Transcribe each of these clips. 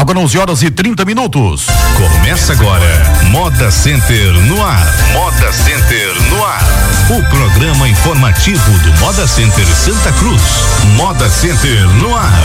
Agora 11h30. Começa agora, Moda Center no ar. Moda Center no ar. O programa informativo do Moda Center Santa Cruz. Moda Center no ar.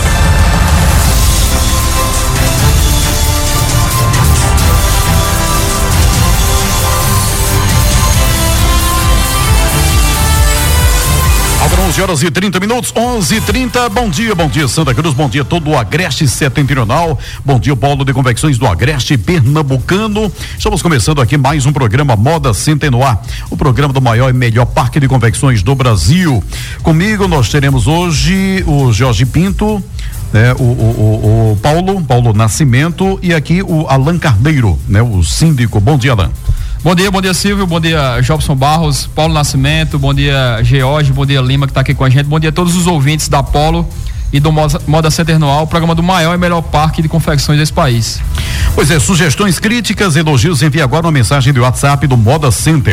Agora 11h30, 11h30. Bom dia Santa Cruz, bom dia todo o Agreste Setentrional, bom dia o Polo de Confecções do Agreste Pernambucano. Estamos começando aqui mais um programa Moda Center no ar, o programa do maior e melhor parque de confecções do Brasil. Comigo nós teremos hoje o Jorge Pinto, né, o Paulo Nascimento e aqui o Alan Carneiro, né, o síndico. Bom dia, Alan. Bom dia Silvio, bom dia Jobson Barros, Paulo Nascimento, bom dia George, bom dia Lima que está aqui com a gente, bom dia a todos os ouvintes da Polo e do Moda Center no ar, o programa do maior e melhor parque de confecções desse país. Pois é, sugestões, críticas, elogios, envie agora uma mensagem do WhatsApp do Moda Center,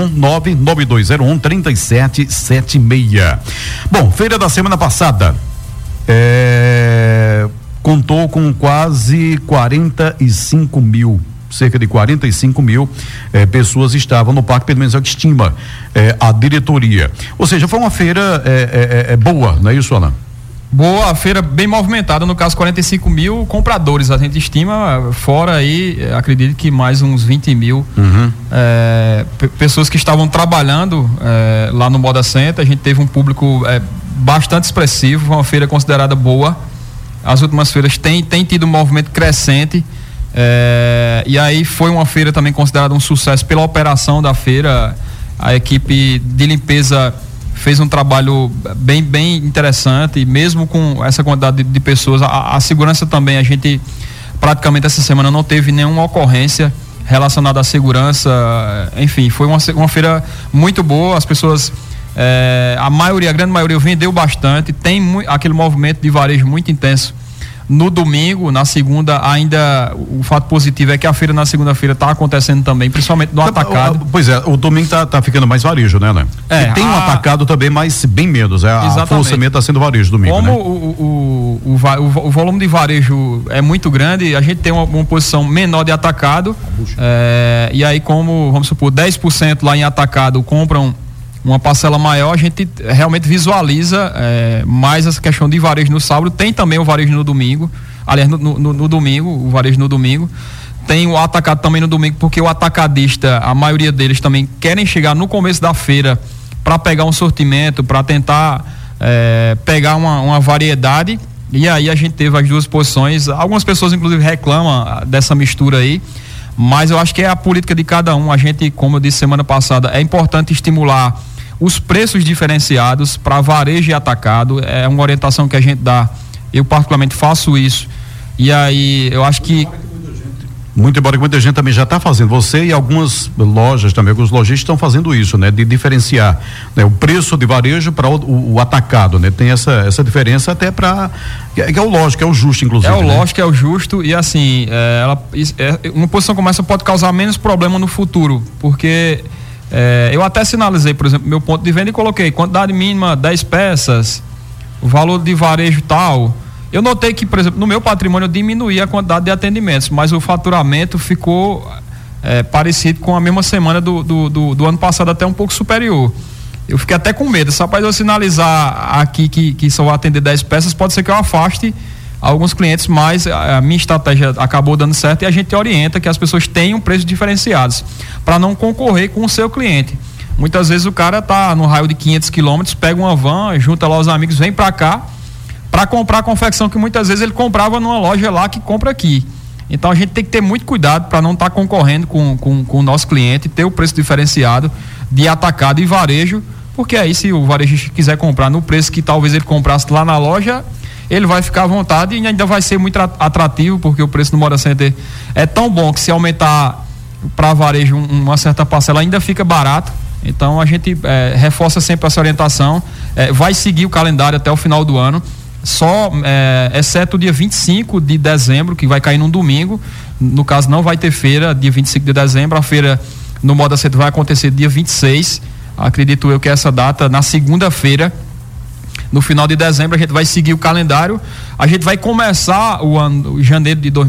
81992013776. Bom, feira da semana passada, contou com quase 45 mil. Cerca de 45 mil pessoas estavam no parque, pelo menos é o que estima a diretoria. Ou seja, foi uma feira boa, não é isso, Alan? Boa, a feira bem movimentada, no caso 45 mil compradores, a gente estima, fora aí, acredito que mais uns 20 mil pessoas que estavam trabalhando lá no Moda Center. A gente teve um público bastante expressivo, uma feira considerada boa. As últimas feiras têm tido um movimento crescente. E aí foi uma feira também considerada um sucesso pela operação da feira. A equipe de limpeza fez um trabalho bem interessante, mesmo com essa quantidade de pessoas. A segurança também, a gente praticamente essa semana não teve nenhuma ocorrência relacionada à segurança. Enfim, foi uma feira muito boa. As pessoas, a grande maioria vendeu bastante. Tem aquele movimento de varejo muito intenso no domingo. Na segunda ainda o fato positivo é que a feira na segunda-feira está acontecendo também, principalmente no atacado. Pois é, o domingo tá ficando mais varejo, né? E tem um atacado também, mas bem menos, a força mesmo está sendo varejo domingo, como, né? O volume de varejo é muito grande, a gente tem uma posição menor de atacado, e aí como, vamos supor, 10% lá em atacado compram uma parcela maior, a gente realmente visualiza mais essa questão de varejo no sábado. Tem também o varejo no domingo, aliás, no domingo, o varejo no domingo. Tem o atacado também no domingo, porque o atacadista, a maioria deles também querem chegar no começo da feira para pegar um sortimento, para tentar pegar uma variedade. E aí a gente teve as duas posições. Algumas pessoas inclusive reclamam dessa mistura aí, mas eu acho que é a política de cada um. A gente, como eu disse semana passada, é importante estimular os preços diferenciados para varejo e atacado. É uma orientação que a gente dá. Eu particularmente faço isso. E aí eu acho que muito embora que muita gente também já está fazendo, você e algumas lojas também, alguns lojistas estão fazendo isso, né? De diferenciar, né? O preço de varejo para o atacado, né? Tem essa diferença até para que é o lógico, é o justo, inclusive. É o lógico, é o justo, e assim, uma posição como essa pode causar menos problema no futuro, porque eu até sinalizei, por exemplo, meu ponto de venda e coloquei quantidade mínima 10 peças, o valor de varejo tal. Eu notei que, por exemplo, no meu patrimônio eu diminuí a quantidade de atendimentos, mas o faturamento ficou parecido com a mesma semana do ano passado, até um pouco superior. Eu fiquei até com medo, só para eu sinalizar aqui que só vou atender 10 peças, pode ser que eu afaste alguns clientes, mas a minha estratégia acabou dando certo e a gente orienta que as pessoas tenham preços diferenciados, para não concorrer com o seu cliente. Muitas vezes o cara tá no raio de 500 quilômetros, pega uma van, junta lá os amigos, vem para cá para comprar a confecção que muitas vezes ele comprava numa loja lá que compra aqui. Então a gente tem que ter muito cuidado para não estar concorrendo com o nosso cliente, ter o preço diferenciado de atacado e varejo, porque aí se o varejista quiser comprar no preço que talvez ele comprasse lá na loja, ele vai ficar à vontade e ainda vai ser muito atrativo, porque o preço no Moda Center é tão bom que se aumentar para varejo uma certa parcela ainda fica barato. Então a gente reforça sempre essa orientação, vai seguir o calendário até o final do ano. Só, exceto o dia 25 de dezembro, que vai cair num domingo. No caso, não vai ter feira dia 25 de dezembro. A feira no Moda Center vai acontecer dia 26. Acredito eu que essa data, na segunda-feira. no final de dezembro a gente vai seguir o calendário. A gente vai começar o janeiro de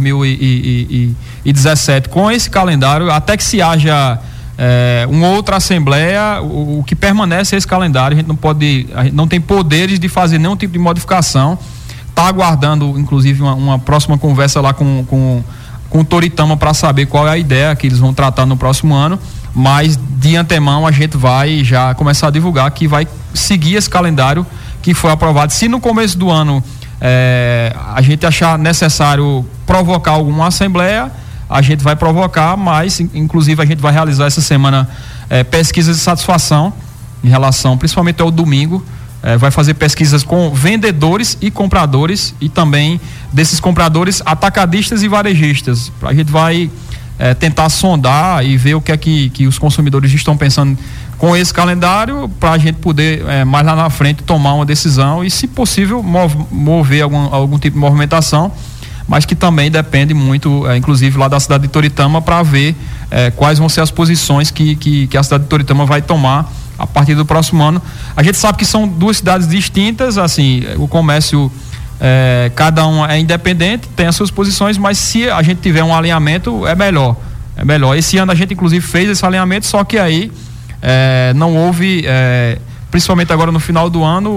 2017 com esse calendário, até que se haja uma outra assembleia. O que permanece é esse calendário. A gente não tem poderes de fazer nenhum tipo de modificação. Está aguardando, inclusive, uma próxima conversa lá com o Toritama para saber qual é a ideia que eles vão tratar no próximo ano, mas de antemão a gente vai já começar a divulgar que vai seguir esse calendário que foi aprovado. Se no começo do ano a gente achar necessário provocar alguma assembleia, a gente vai provocar, mas inclusive a gente vai realizar essa semana pesquisas de satisfação em relação, principalmente ao domingo. Vai fazer pesquisas com vendedores e compradores, e também desses compradores atacadistas e varejistas. A gente vai tentar sondar e ver o que é que os consumidores estão pensando com esse calendário, para a gente poder mais lá na frente tomar uma decisão e, se possível, mover algum tipo de movimentação, mas que também depende muito, inclusive lá da cidade de Toritama, para ver quais vão ser as posições que a cidade de Toritama vai tomar a partir do próximo ano. A gente sabe que são duas cidades distintas, assim, o comércio, cada um é independente, tem as suas posições, mas se a gente tiver um alinhamento, é melhor. Esse ano a gente, inclusive, fez esse alinhamento, só que aí não houve, principalmente agora no final do ano,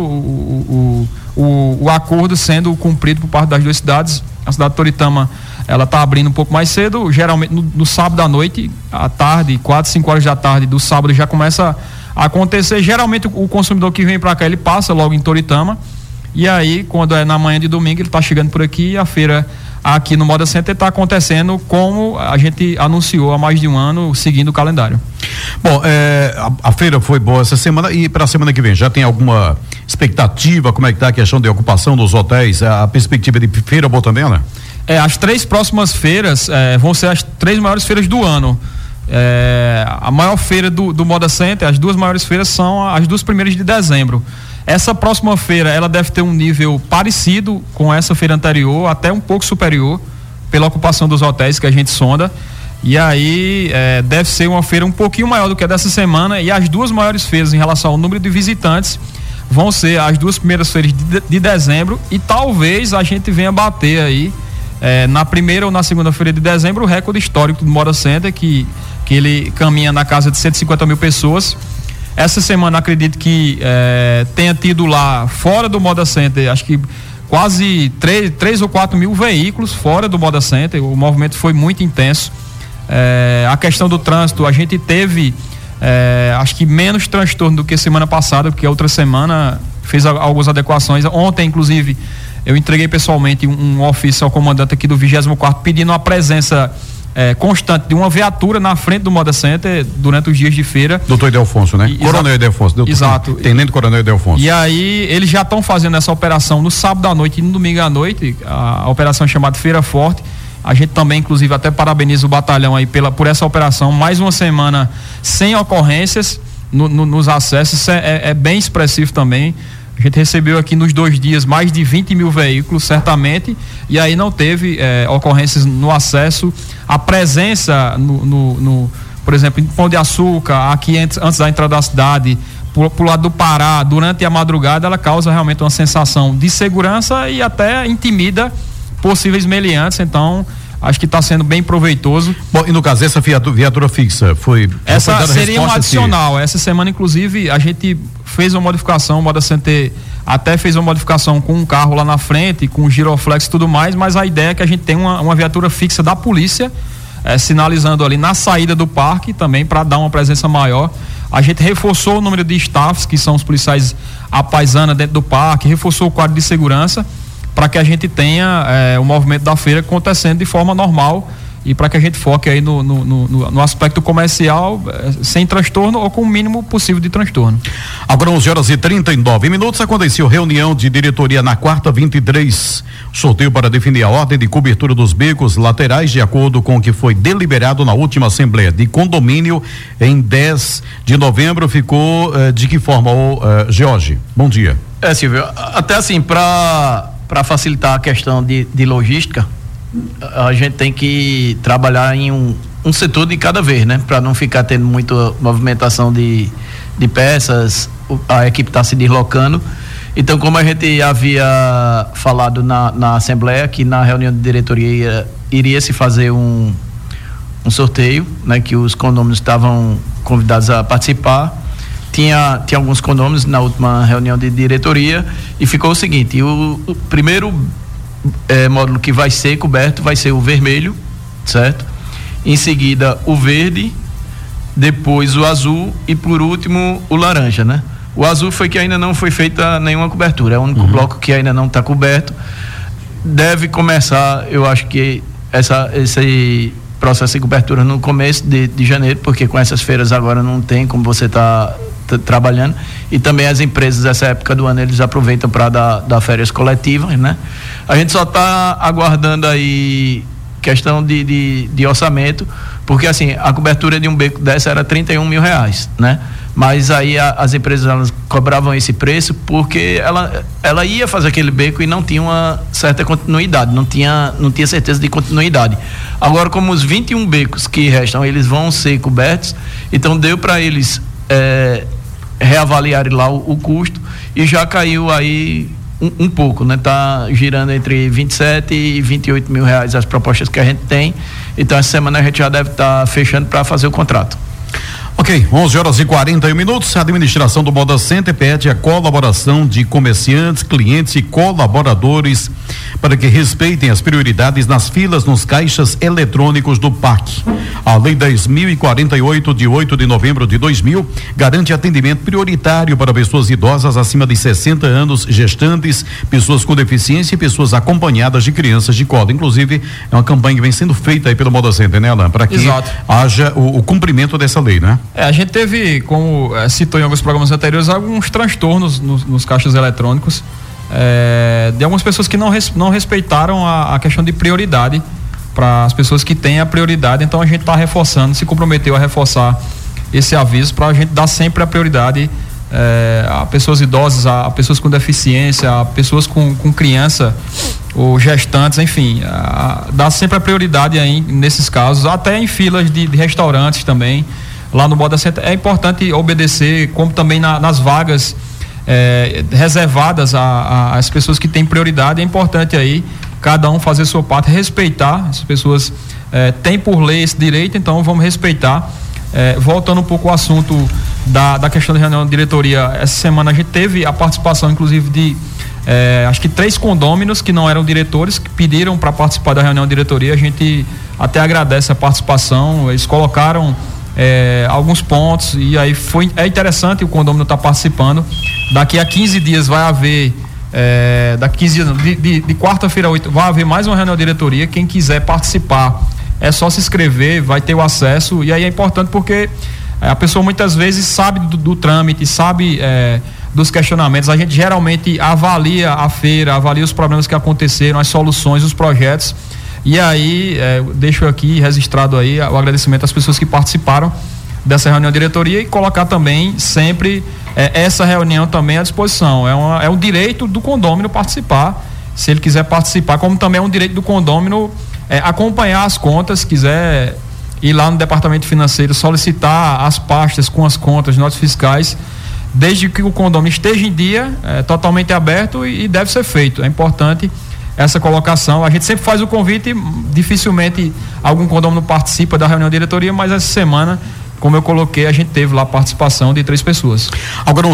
o acordo sendo cumprido por parte das duas cidades. A cidade de Toritama, ela está abrindo um pouco mais cedo, geralmente no sábado à noite, à tarde, 4, 5 horas da tarde do sábado já começa a acontecer. Geralmente o consumidor que vem para cá, ele passa logo em Toritama, e aí quando é na manhã de domingo ele está chegando por aqui, e a feira aqui no Moda Center está acontecendo como a gente anunciou há mais de um ano, seguindo o calendário. Bom, a feira foi boa essa semana, e para a semana que vem já tem alguma expectativa? Como é que está a questão de ocupação dos hotéis? A perspectiva de feira boa também, né? As 3 próximas feiras vão ser as 3 maiores feiras do ano. A maior feira do Moda Center, as 2 maiores feiras são as 2 primeiras de dezembro. Essa próxima feira, ela deve ter um nível parecido com essa feira anterior, até um pouco superior, pela ocupação dos hotéis que a gente sonda. E aí deve ser uma feira um pouquinho maior do que a dessa semana, e as 2 maiores feiras em relação ao número de visitantes vão ser as 2 primeiras feiras de dezembro, e talvez a gente venha bater aí na primeira ou na segunda feira de dezembro o recorde histórico do Moda Center, que ele caminha na casa de 150 mil pessoas. Essa semana acredito que tenha tido lá fora do Moda Center, acho que quase 3 ou 4 mil veículos fora do Moda Center. O movimento foi muito intenso. A questão do trânsito, a gente teve acho que menos transtorno do que semana passada, porque a outra semana fez algumas adequações. Ontem, inclusive, eu entreguei pessoalmente um ofício ao comandante aqui do 24º pedindo a presença constante de uma viatura na frente do Moda Center durante os dias de feira. Doutor Edelfonso, né? Coronel Edelfonso. Exato. Tenente Coronel Edelfonso. E aí eles já estão fazendo essa operação no sábado à noite e no domingo à noite, a operação chamada Feira Forte. A gente também, inclusive, até parabeniza o batalhão aí por essa operação. Mais uma semana sem ocorrências nos acessos. Isso é bem expressivo também. A gente recebeu aqui nos 2 dias mais de 20 mil veículos, certamente, e aí não teve ocorrências no acesso. A presença por exemplo, em Pão de Açúcar, aqui antes da entrada da cidade, pro lado do Pará, durante a madrugada, ela causa realmente uma sensação de segurança e até intimida possíveis meliantes. Então, acho que está sendo bem proveitoso. Bom, e no caso, essa viatura fixa essa seria um adicional. Essa semana, inclusive, a gente fez uma modificação, o Moda Center até fez uma modificação com um carro lá na frente, com giroflex e tudo mais, mas a ideia é que a gente tenha uma viatura fixa da polícia, sinalizando ali na saída do parque também, para dar uma presença maior. A gente reforçou o número de staffs, que são os policiais à paisana dentro do parque, reforçou o quadro de segurança, para que a gente tenha o movimento da feira acontecendo de forma normal, e para que a gente foque aí no aspecto comercial, sem transtorno ou com o mínimo possível de transtorno. Agora 11h39, aconteceu reunião de diretoria na quarta 23, sorteio para definir a ordem de cobertura dos becos laterais de acordo com o que foi deliberado na última assembleia de condomínio em 10 de novembro. Ficou de que forma, Jorge? Bom dia. Silvio, até assim, para facilitar a questão de logística, a gente tem que trabalhar em um setor de cada vez, né? Para não ficar tendo muita movimentação de peças, a equipe está se deslocando. Então, como a gente havia falado na Assembleia, que na reunião de diretoria iria se fazer um sorteio, né, que os condôminos estavam convidados a participar. Tinha alguns condôminos na última reunião de diretoria e ficou o seguinte: o primeiro módulo que vai ser coberto vai ser o vermelho, certo? Em seguida o verde, depois o azul e por último o laranja, né? O azul foi que ainda não foi feita nenhuma cobertura, é o único bloco que ainda não está coberto. Deve começar, eu acho que esse processo de cobertura no começo de janeiro, porque com essas feiras agora não tem como você tá trabalhando, e também as empresas nessa época do ano eles aproveitam para dar férias coletivas, né? A gente só está aguardando aí questão de orçamento, porque assim, a cobertura de um beco dessa era R$31 mil, né? Mas aí as empresas elas cobravam esse preço porque ela ia fazer aquele beco e não tinha uma certa continuidade, não tinha certeza de continuidade. Agora, como os 21 becos que restam, eles vão ser cobertos, então deu para eles reavaliarem lá o custo e já caiu aí um pouco, né? Tá girando entre 27 e 28 mil reais as propostas que a gente tem. Então essa semana a gente já deve estar fechando para fazer o contrato. Ok, 11h41. A administração do Moda Center pede a colaboração de comerciantes, clientes e colaboradores para que respeitem as prioridades nas filas nos caixas eletrônicos do PAC. A Lei 10.048, de 8 de novembro de 2000, garante atendimento prioritário para pessoas idosas acima de 60 anos, gestantes, pessoas com deficiência e pessoas acompanhadas de crianças de colo. Inclusive, é uma campanha que vem sendo feita aí pelo Moda Center, né, Alain? Para que haja o cumprimento dessa lei, né? A gente teve, como citou em alguns programas anteriores, alguns transtornos nos caixas eletrônicos, de algumas pessoas que não respeitaram a questão de prioridade para as pessoas que têm a prioridade. Então a gente está reforçando, se comprometeu a reforçar esse aviso para a gente dar sempre a prioridade a pessoas idosas, a pessoas com deficiência, a pessoas com criança ou gestantes, enfim, dar sempre a prioridade aí nesses casos, até em filas de restaurantes também. Lá no Moda Center é importante obedecer, como também nas vagas reservadas às pessoas que têm prioridade. É importante aí cada um fazer sua parte, respeitar. As pessoas têm por lei esse direito, então vamos respeitar. Voltando um pouco ao assunto da questão da reunião de diretoria, essa semana a gente teve a participação, inclusive, de acho que 3 condôminos que não eram diretores, que pediram para participar da reunião de diretoria. A gente até agradece a participação. Eles colocaram alguns pontos e aí é interessante o condômino estar participando. Daqui a 15 dias vai haver daqui 15 dias, de quarta-feira a 8 vai haver mais uma reunião de diretoria. Quem quiser participar é só se inscrever, vai ter o acesso. E aí é importante porque a pessoa muitas vezes sabe do trâmite, sabe dos questionamentos. A gente geralmente avalia a feira, avalia os problemas que aconteceram, as soluções, os projetos. E aí, deixo aqui registrado aí o agradecimento às pessoas que participaram dessa reunião de diretoria e colocar também sempre essa reunião também à disposição. É um direito do condômino participar, se ele quiser participar, como também é um direito do condômino acompanhar as contas, quiser ir lá no departamento financeiro, solicitar as pastas com as contas, notas fiscais, desde que o condômino esteja em dia, totalmente aberto e deve ser feito. É importante essa colocação. A gente sempre faz o convite, dificilmente algum condômino participa da reunião de diretoria, mas essa semana, como eu coloquei, a gente teve lá a participação de 3 pessoas. Agora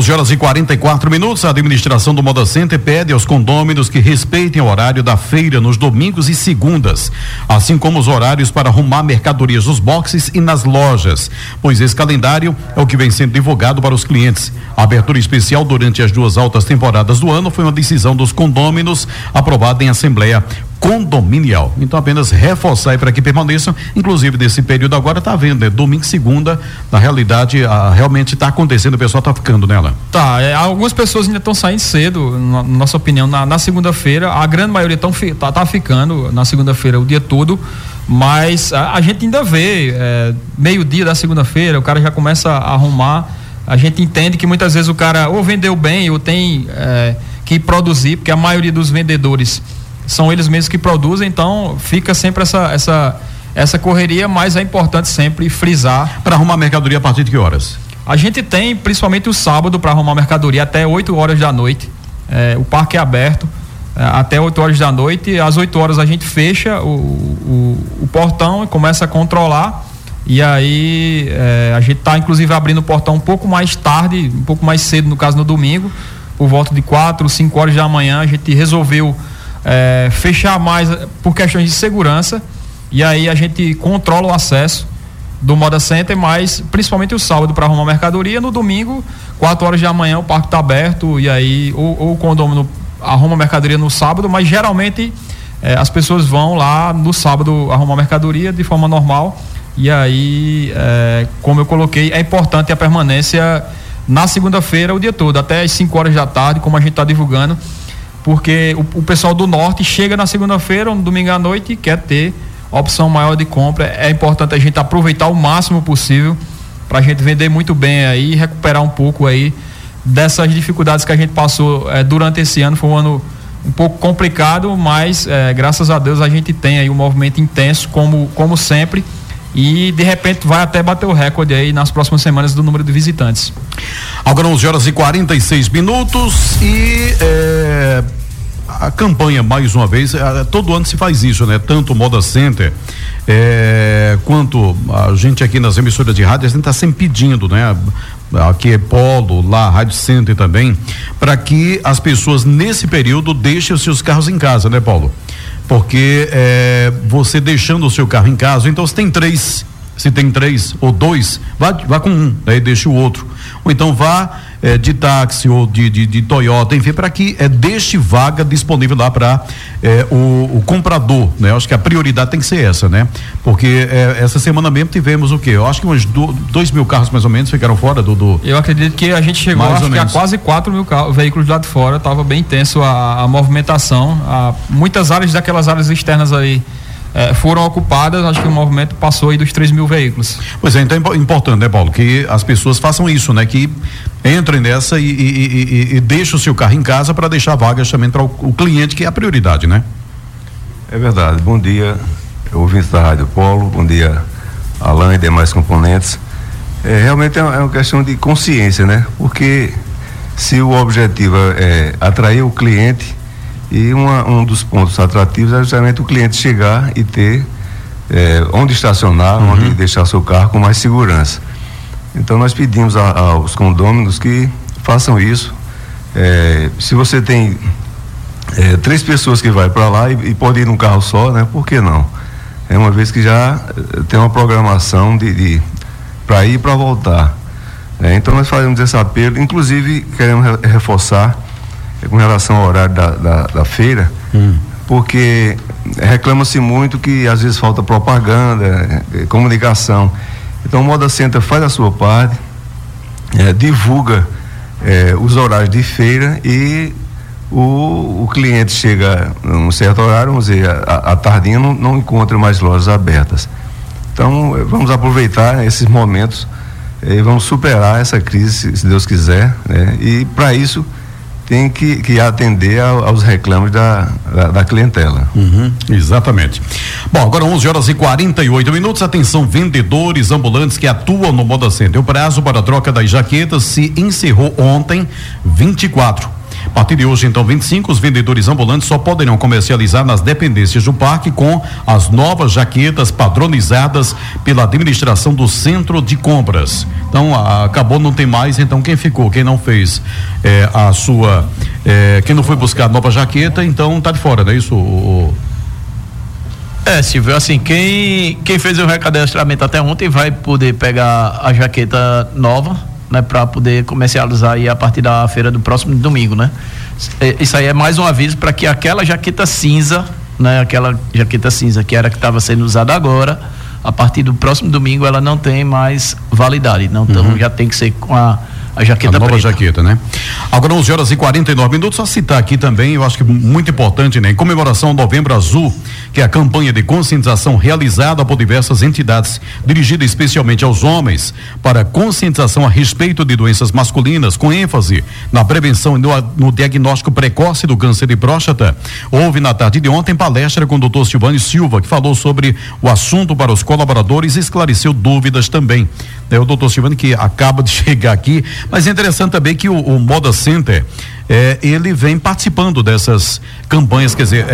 11h44. A administração do Moda Center pede aos condôminos que respeitem o horário da feira nos domingos e segundas, assim como os horários para arrumar mercadorias nos boxes e nas lojas, pois esse calendário é o que vem sendo divulgado para os clientes. A abertura especial durante as 2 altas temporadas do ano foi uma decisão dos condôminos aprovada em assembleia condominial. Então apenas reforçar aí para que permaneçam, inclusive nesse período agora tá vendo, né? Domingo e segunda, na realidade, realmente tá acontecendo, o pessoal tá ficando nela. Algumas pessoas ainda estão saindo cedo, na nossa opinião, na segunda-feira. A grande maioria tá ficando na segunda-feira o dia todo, mas a gente ainda vê meio-dia da segunda-feira, o cara já começa a arrumar. A gente entende que muitas vezes o cara ou vendeu bem ou tem que produzir, porque a maioria dos vendedores são eles mesmos que produzem, então fica sempre essa correria, mas é importante sempre frisar. Para arrumar mercadoria a partir de que horas? A gente tem principalmente o sábado para arrumar mercadoria até 8 horas da noite. O parque é aberto até 8 horas da noite. Às 8 horas a gente fecha o portão e começa a controlar. E aí a gente está inclusive abrindo o portão um pouco mais tarde, um pouco mais cedo, no caso no domingo, por volta de 4, 5 horas da manhã. A gente resolveu fechar mais por questões de segurança, e aí a gente controla o acesso do Moda Center, mas principalmente o sábado para arrumar mercadoria. No domingo, 4 horas da manhã, o parque está aberto, e aí ou o condomínio arruma mercadoria no sábado, mas geralmente as pessoas vão lá no sábado arrumar mercadoria de forma normal. E aí, como eu coloquei, é importante a permanência na segunda-feira o dia todo, até as 5 horas da tarde, como a gente está divulgando, porque o pessoal do norte chega na segunda-feira ou no domingo à noite e quer ter opção maior de compra. É importante a gente aproveitar o máximo possível para a gente vender muito bem aí e recuperar um pouco aí dessas dificuldades que a gente passou durante esse ano. Foi um ano um pouco complicado, mas graças a Deus a gente tem aí um movimento intenso, como sempre, e de repente vai até bater o recorde aí nas próximas semanas do número de visitantes. Agora 11 horas e 46 minutos e a campanha, mais uma vez, todo ano se faz isso, né? Tanto o Moda Center quanto a gente aqui nas emissoras de rádio, a gente está sempre pedindo, né? Aqui é Polo, lá Rádio Center também, para que as pessoas nesse período deixem os seus carros em casa, né, Paulo? Porque você deixando o seu carro em casa, então se tem três ou dois, vá com um, aí deixa o outro, ou então vá de táxi ou de Toyota, enfim, para que deixe vaga disponível lá para o comprador, né? Eu acho que a prioridade tem que ser essa, né? Porque essa semana mesmo tivemos o quê? Eu acho que uns 2 mil carros mais ou menos ficaram fora do... Eu acredito que a gente chegou a quase 4 mil veículos lá de fora, estava bem intenso a movimentação, muitas áreas daquelas áreas externas aí foram ocupadas. Acho que o movimento passou aí dos 3 mil veículos. Pois é, então é importante, né, Paulo, que as pessoas façam isso, né, que entrem nessa e deixem o seu carro em casa para deixar vagas também para o cliente, que é a prioridade, né? É verdade. Bom dia, ouvintes da Rádio Polo, bom dia, Alain e demais componentes. Realmente é uma questão de consciência, né? Porque se o objetivo é atrair o cliente, e um dos pontos atrativos é justamente o cliente chegar e ter onde estacionar, onde deixar seu carro com mais segurança. Então nós pedimos aos condôminos que façam isso. Se você tem 3 pessoas que vai para lá e pode ir num carro só, né? Por que não? Uma vez que já tem uma programação para ir e para voltar. Então nós fazemos esse apelo, inclusive queremos reforçar com relação ao horário da feira, porque reclama-se muito que às vezes falta propaganda, comunicação. Então o Moda Center faz a sua parte, divulga os horários de feira, e o cliente chega num certo horário, vamos dizer, à tardinha não encontra mais lojas abertas. Então vamos aproveitar esses momentos e vamos superar essa crise, se Deus quiser, né? E para isso tem que atender aos reclames da clientela. Exatamente. Bom, agora 11 horas e 48 minutos. Atenção, vendedores ambulantes que atuam no Moda Center. O prazo para a troca das jaquetas se encerrou ontem, 24. A partir de hoje, então, 25, os vendedores ambulantes só poderão comercializar nas dependências do parque com as novas jaquetas padronizadas pela administração do centro de compras. Então, acabou, não tem mais. Então, quem ficou, quem não fez quem não foi buscar a nova jaqueta, então tá de fora, não é isso? Silvio, assim, quem fez o recadastramento até ontem vai poder pegar a jaqueta nova, né, para poder comercializar aí a partir da feira do próximo domingo, né? Isso aí é mais um aviso para que aquela jaqueta cinza, né, aquela jaqueta cinza que estava sendo usada agora, a partir do próximo domingo ela não tem mais validade, então já tem que ser com a jaqueta a nova preta. Jaqueta, né? Agora 11 horas e 49 minutos, só citar aqui também, eu acho que muito importante, né? Em comemoração ao Novembro Azul, que é a campanha de conscientização realizada por diversas entidades, dirigida especialmente aos homens, para conscientização a respeito de doenças masculinas, com ênfase na prevenção e no diagnóstico precoce do câncer de próstata. Houve na tarde de ontem palestra com o Dr. Silvânio Silva, que falou sobre o assunto para os colaboradores e esclareceu dúvidas também. O Dr. Silvânio, que acaba de chegar aqui, mas é interessante também que o Moda Center ele vem participando dessas campanhas, quer dizer,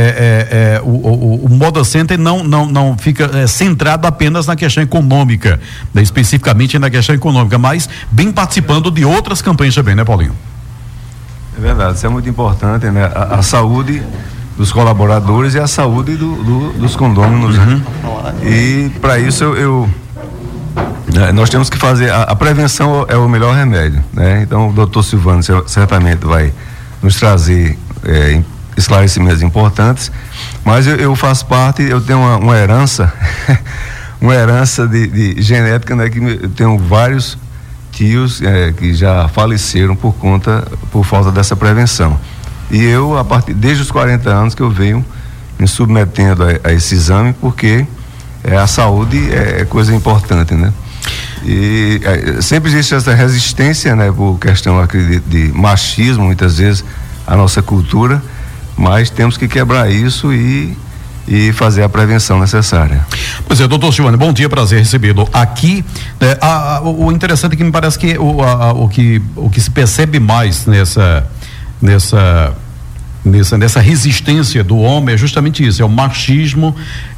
o Moda Center não fica centrado apenas na questão econômica, né, especificamente na questão econômica, mas bem participando de outras campanhas também, né, Paulinho? É verdade, isso é muito importante, né? A saúde dos colaboradores e a saúde dos condôminos, né? E para isso nós temos que fazer, a prevenção é o melhor remédio, né? Então o doutor Silvano certamente vai nos trazer esclarecimentos importantes, mas eu faço parte, eu tenho uma herança uma herança de genética, né? Que eu tenho vários tios que já faleceram por falta dessa prevenção. E eu, desde os 40 anos que eu venho me submetendo a esse exame, porque a saúde é coisa importante, né? E sempre existe essa resistência, né? Por questão, acredito, de machismo, muitas vezes, a nossa cultura, mas temos que quebrar isso e fazer a prevenção necessária. Pois é, doutor Silvano, bom dia, prazer recebê-lo aqui. O interessante é que me parece que o que se percebe mais nessa resistência do homem é justamente isso, é o machismo,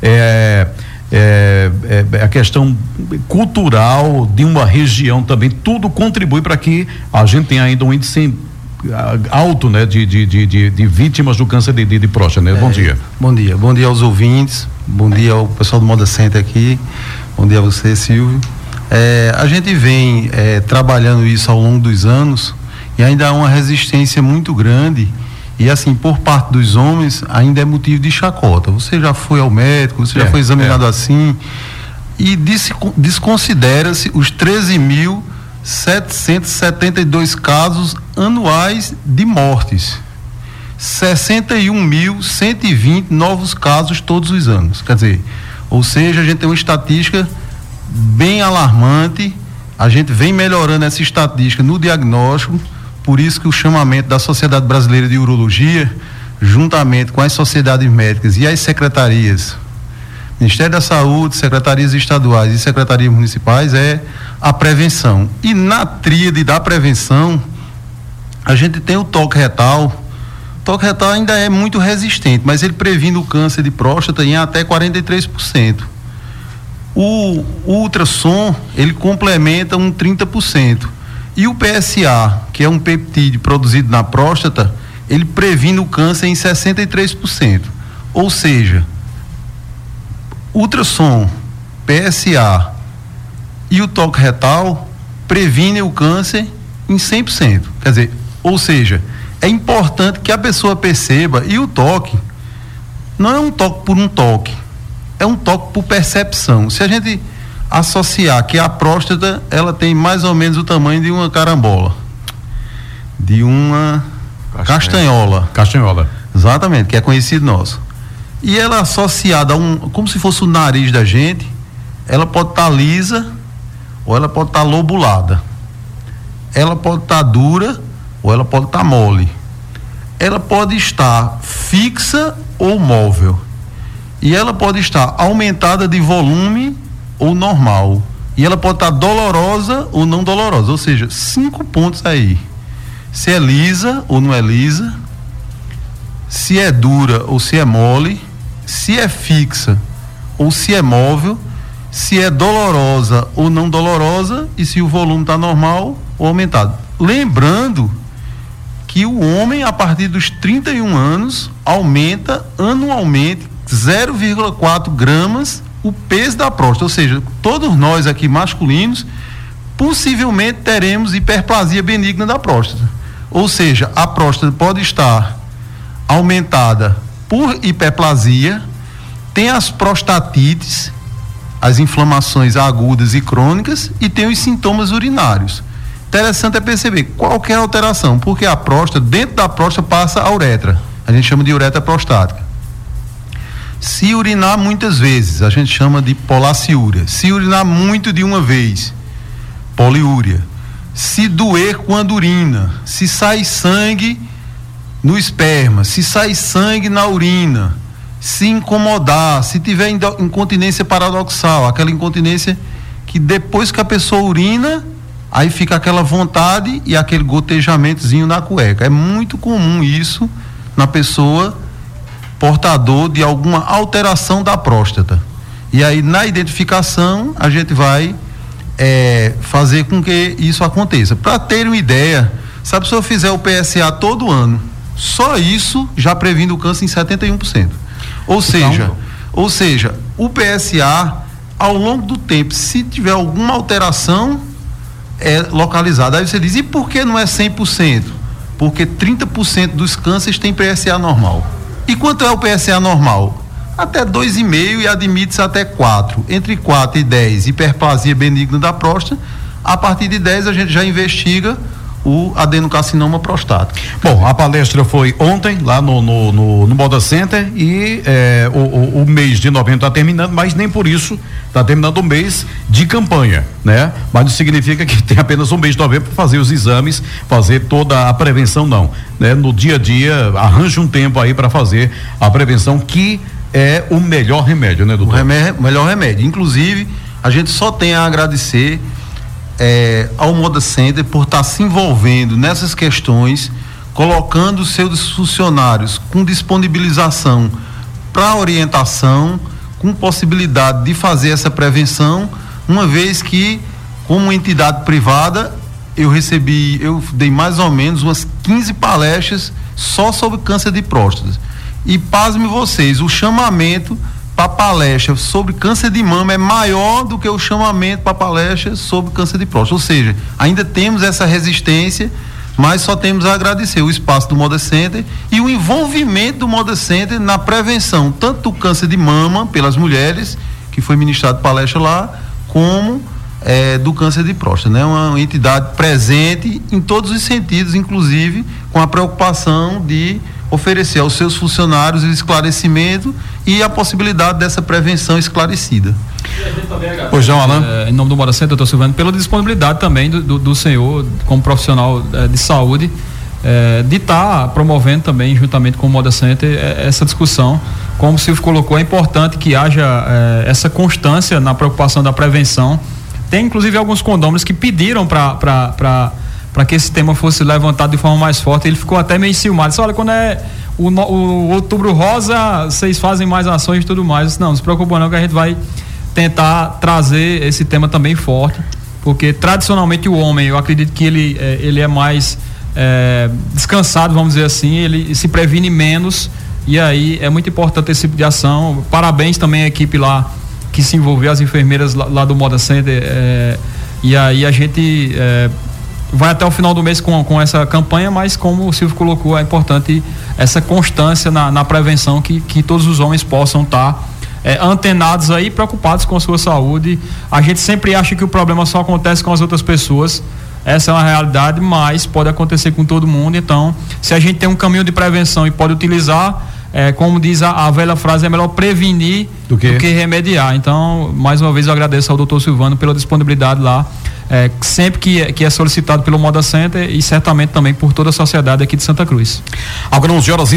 a questão cultural de uma região também, tudo contribui para que a gente tenha ainda um índice alto, né, de vítimas do câncer de próstata, né? Bom dia. Bom dia aos ouvintes, bom dia ao pessoal do Moda Center aqui, bom dia a você, Silvio. A gente vem trabalhando isso ao longo dos anos e ainda há uma resistência muito grande e assim, por parte dos homens ainda é motivo de chacota. Você já foi ao médico, você já foi examinado assim e desconsidera-se os 13.772 casos anuais de mortes, 61.120 novos casos todos os anos. Quer dizer, ou seja, a gente tem uma estatística bem alarmante, a gente vem melhorando essa estatística no diagnóstico, por isso que o chamamento da Sociedade Brasileira de Urologia, juntamente com as sociedades médicas e as secretarias, Ministério da Saúde, secretarias estaduais e secretarias municipais, é a prevenção. E na tríade da prevenção, a gente tem o toque retal. O toque retal ainda é muito resistente, mas ele previne o câncer de próstata em até 43%. O ultrassom, ele complementa um 30%. E o PSA, que é um peptídeo produzido na próstata, ele previne o câncer em 63%. Ou seja, ultrassom, PSA e o toque retal previnem o câncer em 100%. Quer dizer, ou seja, é importante que a pessoa perceba, e o toque não é um toque por um toque, é um toque por percepção. Se a gente associar que a próstata, ela tem mais ou menos o tamanho de uma carambola, de uma castanhola. Exatamente, que é conhecido nosso. E ela associada a como se fosse o nariz da gente, ela pode estar lisa ou ela pode estar lobulada. Ela pode estar dura ou ela pode estar mole. Ela pode estar fixa ou móvel. E ela pode estar aumentada de volume ou normal. E ela pode estar dolorosa ou não dolorosa. Ou seja, 5 pontos aí. Se é lisa ou não é lisa, se é dura ou se é mole, se é fixa ou se é móvel, se é dolorosa ou não dolorosa e se o volume está normal ou aumentado. Lembrando que o homem, a partir dos 31 anos, aumenta anualmente 0,4 gramas o peso da próstata, ou seja, todos nós aqui masculinos possivelmente teremos hiperplasia benigna da próstata, ou seja, a próstata pode estar aumentada por hiperplasia, tem as prostatites, as inflamações agudas e crônicas, e tem os sintomas urinários. Interessante é perceber qualquer alteração, porque a próstata, dentro da próstata passa a uretra, a gente chama de uretra prostática. Se urinar muitas vezes, a gente chama de polaciúria. Se urinar muito de uma vez, poliúria. Se doer quando urina, se sai sangue no esperma, se sai sangue na urina, se incomodar, se tiver incontinência paradoxal, aquela incontinência que depois que a pessoa urina, aí fica aquela vontade e aquele gotejamentozinho na cueca. É muito comum isso na pessoa portador de alguma alteração da próstata. E aí, na identificação, a gente vai fazer com que isso aconteça. Para ter uma ideia, se a pessoa fizer o PSA todo ano, só isso já previne o câncer em 71%. Ou seja, o PSA, ao longo do tempo, se tiver alguma alteração, é localizada. Aí você diz, e por que não é 100%? Porque 30% dos cânceres tem PSA normal. E quanto é o PSA normal? Até 2,5 e admite-se até 4. Entre 4 e 10, hiperplasia benigna da próstata. A partir de 10 a gente já investiga o adenocarcinoma prostático. Bom, a palestra foi ontem lá no Moda Center e o mês de novembro está terminando, mas nem por isso está terminando o mês de campanha, né? Mas não significa que tem apenas um mês de novembro para fazer os exames, fazer toda a prevenção, não, né? No dia a dia, arranje um tempo aí para fazer a prevenção, que é o melhor remédio, né, doutor? O melhor remédio. Inclusive, a gente só tem a agradecer ao Moda Center por estar se envolvendo nessas questões, colocando seus funcionários com disponibilização para orientação, com possibilidade de fazer essa prevenção, uma vez que, como entidade privada, eu dei mais ou menos umas 15 palestras só sobre câncer de próstata. E pasme vocês, o chamamento para palestra sobre câncer de mama é maior do que o chamamento para palestra sobre câncer de próstata. Ou seja, ainda temos essa resistência, mas só temos a agradecer o espaço do Moda Center e o envolvimento do Moda Center na prevenção, tanto do câncer de mama pelas mulheres, que foi ministrado palestra lá, como do câncer de próstata, né? Uma entidade presente em todos os sentidos, inclusive com a preocupação de oferecer aos seus funcionários o esclarecimento e a possibilidade dessa prevenção esclarecida. Pois não, Alan? Em nome do Moda Center, doutor Silvano, pela disponibilidade também do senhor, como profissional de saúde, de estar promovendo também, juntamente com o Moda Center, essa discussão. Como o Silvio colocou, é importante que haja essa constância na preocupação da prevenção. Tem, inclusive, alguns condôminos que pediram para que esse tema fosse levantado de forma mais forte. Ele ficou até meio enciumado. Disse, olha, quando é o Outubro Rosa, vocês fazem mais ações e tudo mais. Disse, não se preocupa não, que a gente vai tentar trazer esse tema também forte, porque tradicionalmente o homem, eu acredito que ele é mais descansado, vamos dizer assim, ele se previne menos, e aí é muito importante esse tipo de ação. Parabéns também à equipe lá que se envolveu, as enfermeiras lá do Moda Center, e aí a gente vai até o final do mês com essa campanha, mas como o Silvio colocou, é importante essa constância na prevenção, que todos os homens possam estar antenados aí, preocupados com a sua saúde. A gente sempre acha que o problema só acontece com as outras pessoas, essa é uma realidade, mas pode acontecer com todo mundo. Então, se a gente tem um caminho de prevenção e pode utilizar, como diz a velha frase, é melhor prevenir do que remediar. Então, mais uma vez eu agradeço ao doutor Silvano pela disponibilidade lá, sempre que é solicitado pelo Moda Center, e certamente também por toda a sociedade aqui de Santa Cruz. Agora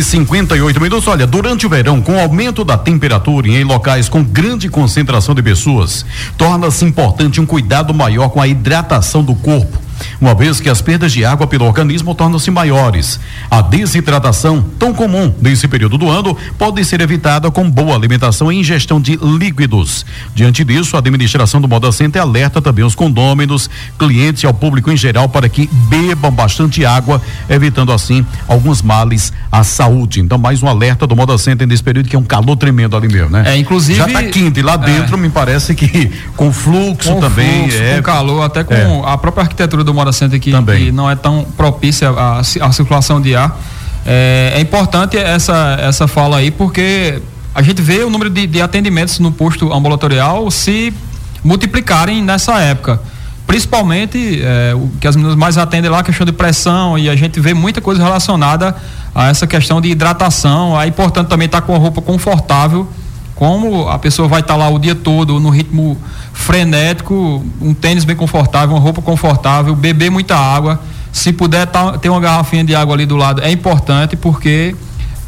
11h58. Olha, durante o verão, com o aumento da temperatura em locais com grande concentração de pessoas, torna-se importante um cuidado maior com a hidratação do corpo, uma vez que as perdas de água pelo organismo tornam-se maiores. A desidratação, tão comum nesse período do ano, pode ser evitada com boa alimentação e ingestão de líquidos. Diante disso, a administração do Moda Center alerta também os condôminos, clientes e ao público em geral para que bebam bastante água, evitando assim alguns males à saúde. Então, mais um alerta do Moda Center nesse período, que é um calor tremendo ali mesmo, né? Inclusive já está quente, e lá dentro me parece que com fluxo também, com calor, até com a própria arquitetura do Moda Center que não é tão propícia à circulação de ar. É importante essa fala aí, porque a gente vê o número de atendimentos no posto ambulatorial se multiplicarem nessa época. Principalmente o que as meninas mais atendem lá, a questão de pressão, e a gente vê muita coisa relacionada a essa questão de hidratação. É importante também estar com a roupa confortável, como a pessoa vai estar lá o dia todo no ritmo frenético, um tênis bem confortável, uma roupa confortável, beber muita água. Se puder ter uma garrafinha de água ali do lado, é importante, porque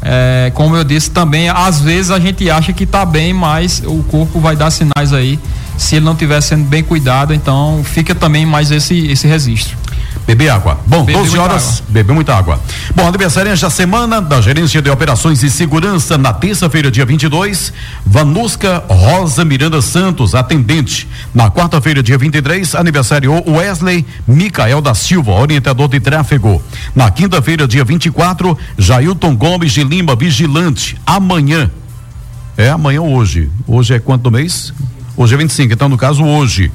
como eu disse também, às vezes a gente acha que está bem, mas o corpo vai dar sinais aí se ele não estiver sendo bem cuidado. Então fica também mais esse registro. Beber água. Bom, 12 horas, beber muita água. Bom, aniversariante da semana da Gerência de Operações e Segurança na terça-feira, dia 22, Vanuska Rosa Miranda Santos, atendente. Na quarta-feira, dia 23, aniversariou Wesley Micael da Silva, orientador de tráfego. Na quinta-feira, dia 24, Jailton Gomes de Lima, vigilante. Amanhã ou hoje? Hoje é quanto do mês? Hoje é 25, então no caso hoje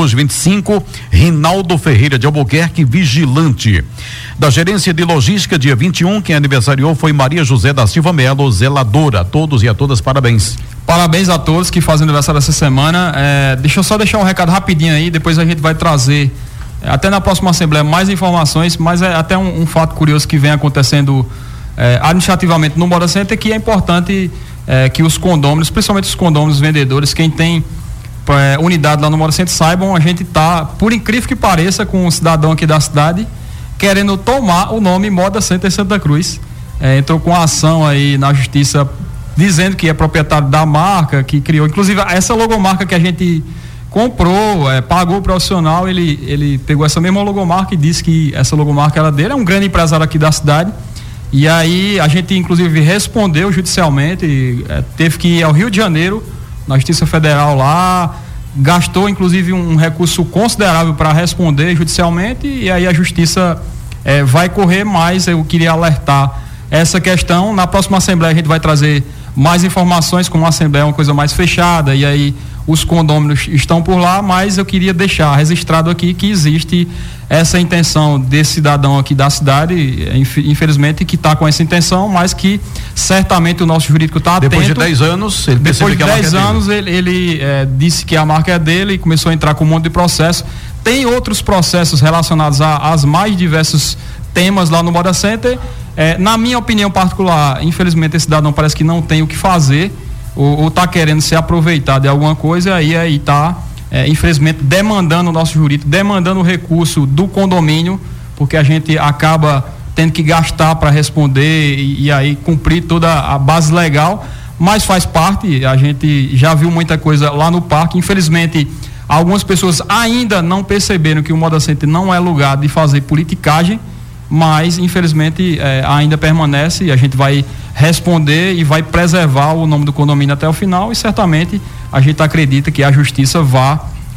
25, Rinaldo Ferreira de Albuquerque, vigilante. Da Gerência de Logística, dia 21, quem aniversariou foi Maria José da Silva Melo, zeladora. A todos e a todas, parabéns. Parabéns a todos que fazem aniversário essa semana. Deixa eu só deixar um recado rapidinho aí, depois a gente vai trazer até na próxima Assembleia mais informações, mas é até um fato curioso que vem acontecendo administrativamente no Moda Center, que é importante que os condôminos, principalmente os condôminos vendedores, quem tem unidade lá no Moda Center, saibam, a gente tá, por incrível que pareça, com um cidadão aqui da cidade querendo tomar o nome Moda Center Santa Cruz. Entrou com a ação aí na justiça dizendo que é proprietário da marca, que criou, inclusive essa logomarca que a gente comprou, pagou o profissional, ele pegou essa mesma logomarca e disse que essa logomarca era dele, é um grande empresário aqui da cidade. E aí a gente inclusive respondeu judicialmente, teve que ir ao Rio de Janeiro, na Justiça Federal lá, gastou inclusive um recurso considerável para responder judicialmente, e aí a Justiça vai correr, mas eu queria alertar essa questão. Na próxima Assembleia a gente vai trazer mais informações, como a Assembleia é uma coisa mais fechada, e aí os condôminos estão por lá, mas eu queria deixar registrado aqui que existe essa intenção desse cidadão aqui da cidade, infelizmente, que está com essa intenção, mas que certamente o nosso jurídico está atento. Depois de 10 anos, ele depois de 10 anos, ele disse que a marca é dele e começou a entrar com um monte de processo. Tem outros processos relacionados aos mais diversos temas lá no Moda Center. Na minha opinião particular, infelizmente, esse cidadão parece que não tem o que fazer, ou está querendo se aproveitar de alguma coisa, aí está, infelizmente, demandando o nosso jurídico, demandando o recurso do condomínio, porque a gente acaba tendo que gastar para responder e aí cumprir toda a base legal, mas faz parte. A gente já viu muita coisa lá no parque. Infelizmente, algumas pessoas ainda não perceberam que o Moda Center não é lugar de fazer politicagem, mas infelizmente ainda permanece, e a gente vai responder e vai preservar o nome do condomínio até o final, e certamente a gente acredita que a justiça vá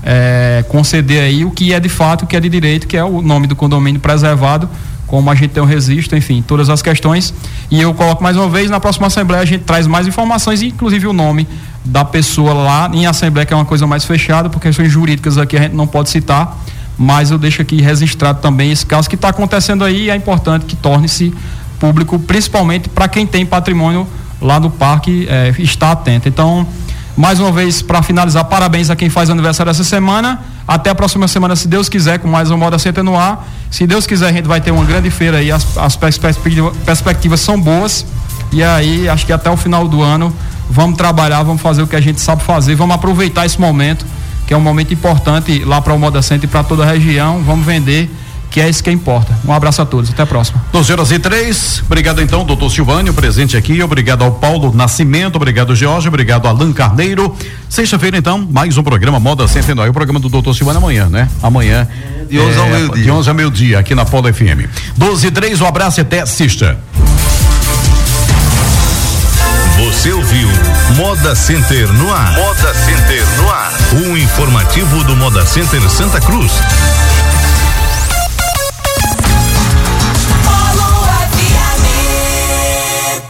conceder aí o que é de fato, o que é de direito, que é o nome do condomínio preservado, como a gente tem o registro, enfim, todas as questões. E eu coloco mais uma vez, na próxima Assembleia a gente traz mais informações, inclusive o nome da pessoa lá em Assembleia, que é uma coisa mais fechada, por questões jurídicas aqui a gente não pode citar, mas eu deixo aqui registrado também esse caso que está acontecendo aí, e é importante que torne-se público, principalmente para quem tem patrimônio lá no parque, está atento. Então, mais uma vez, para finalizar, parabéns a quem faz aniversário essa semana. Até a próxima semana, se Deus quiser, com mais um Moda Center no ar. Se Deus quiser, a gente vai ter uma grande feira aí, as perspectivas são boas, e aí acho que até o final do ano vamos trabalhar, vamos fazer o que a gente sabe fazer, vamos aproveitar esse momento, que é um momento importante lá para o Moda Center e para toda a região. Vamos vender, que é isso que importa. Um abraço a todos, até a próxima. 12h03, obrigado então, doutor Silvânio, presente aqui, obrigado ao Paulo Nascimento, obrigado Jorge, obrigado Alan Carneiro. Sexta-feira então, mais um programa Moda Center, o programa do doutor Silvânio amanhã, né? Amanhã, de 11 ao meio-dia. De 11 ao meio-dia, aqui na Polo FM. 12h03, um abraço e até sexta. Você ouviu Moda Center no ar. Moda Center no ar. Um informativo do Moda Center Santa Cruz.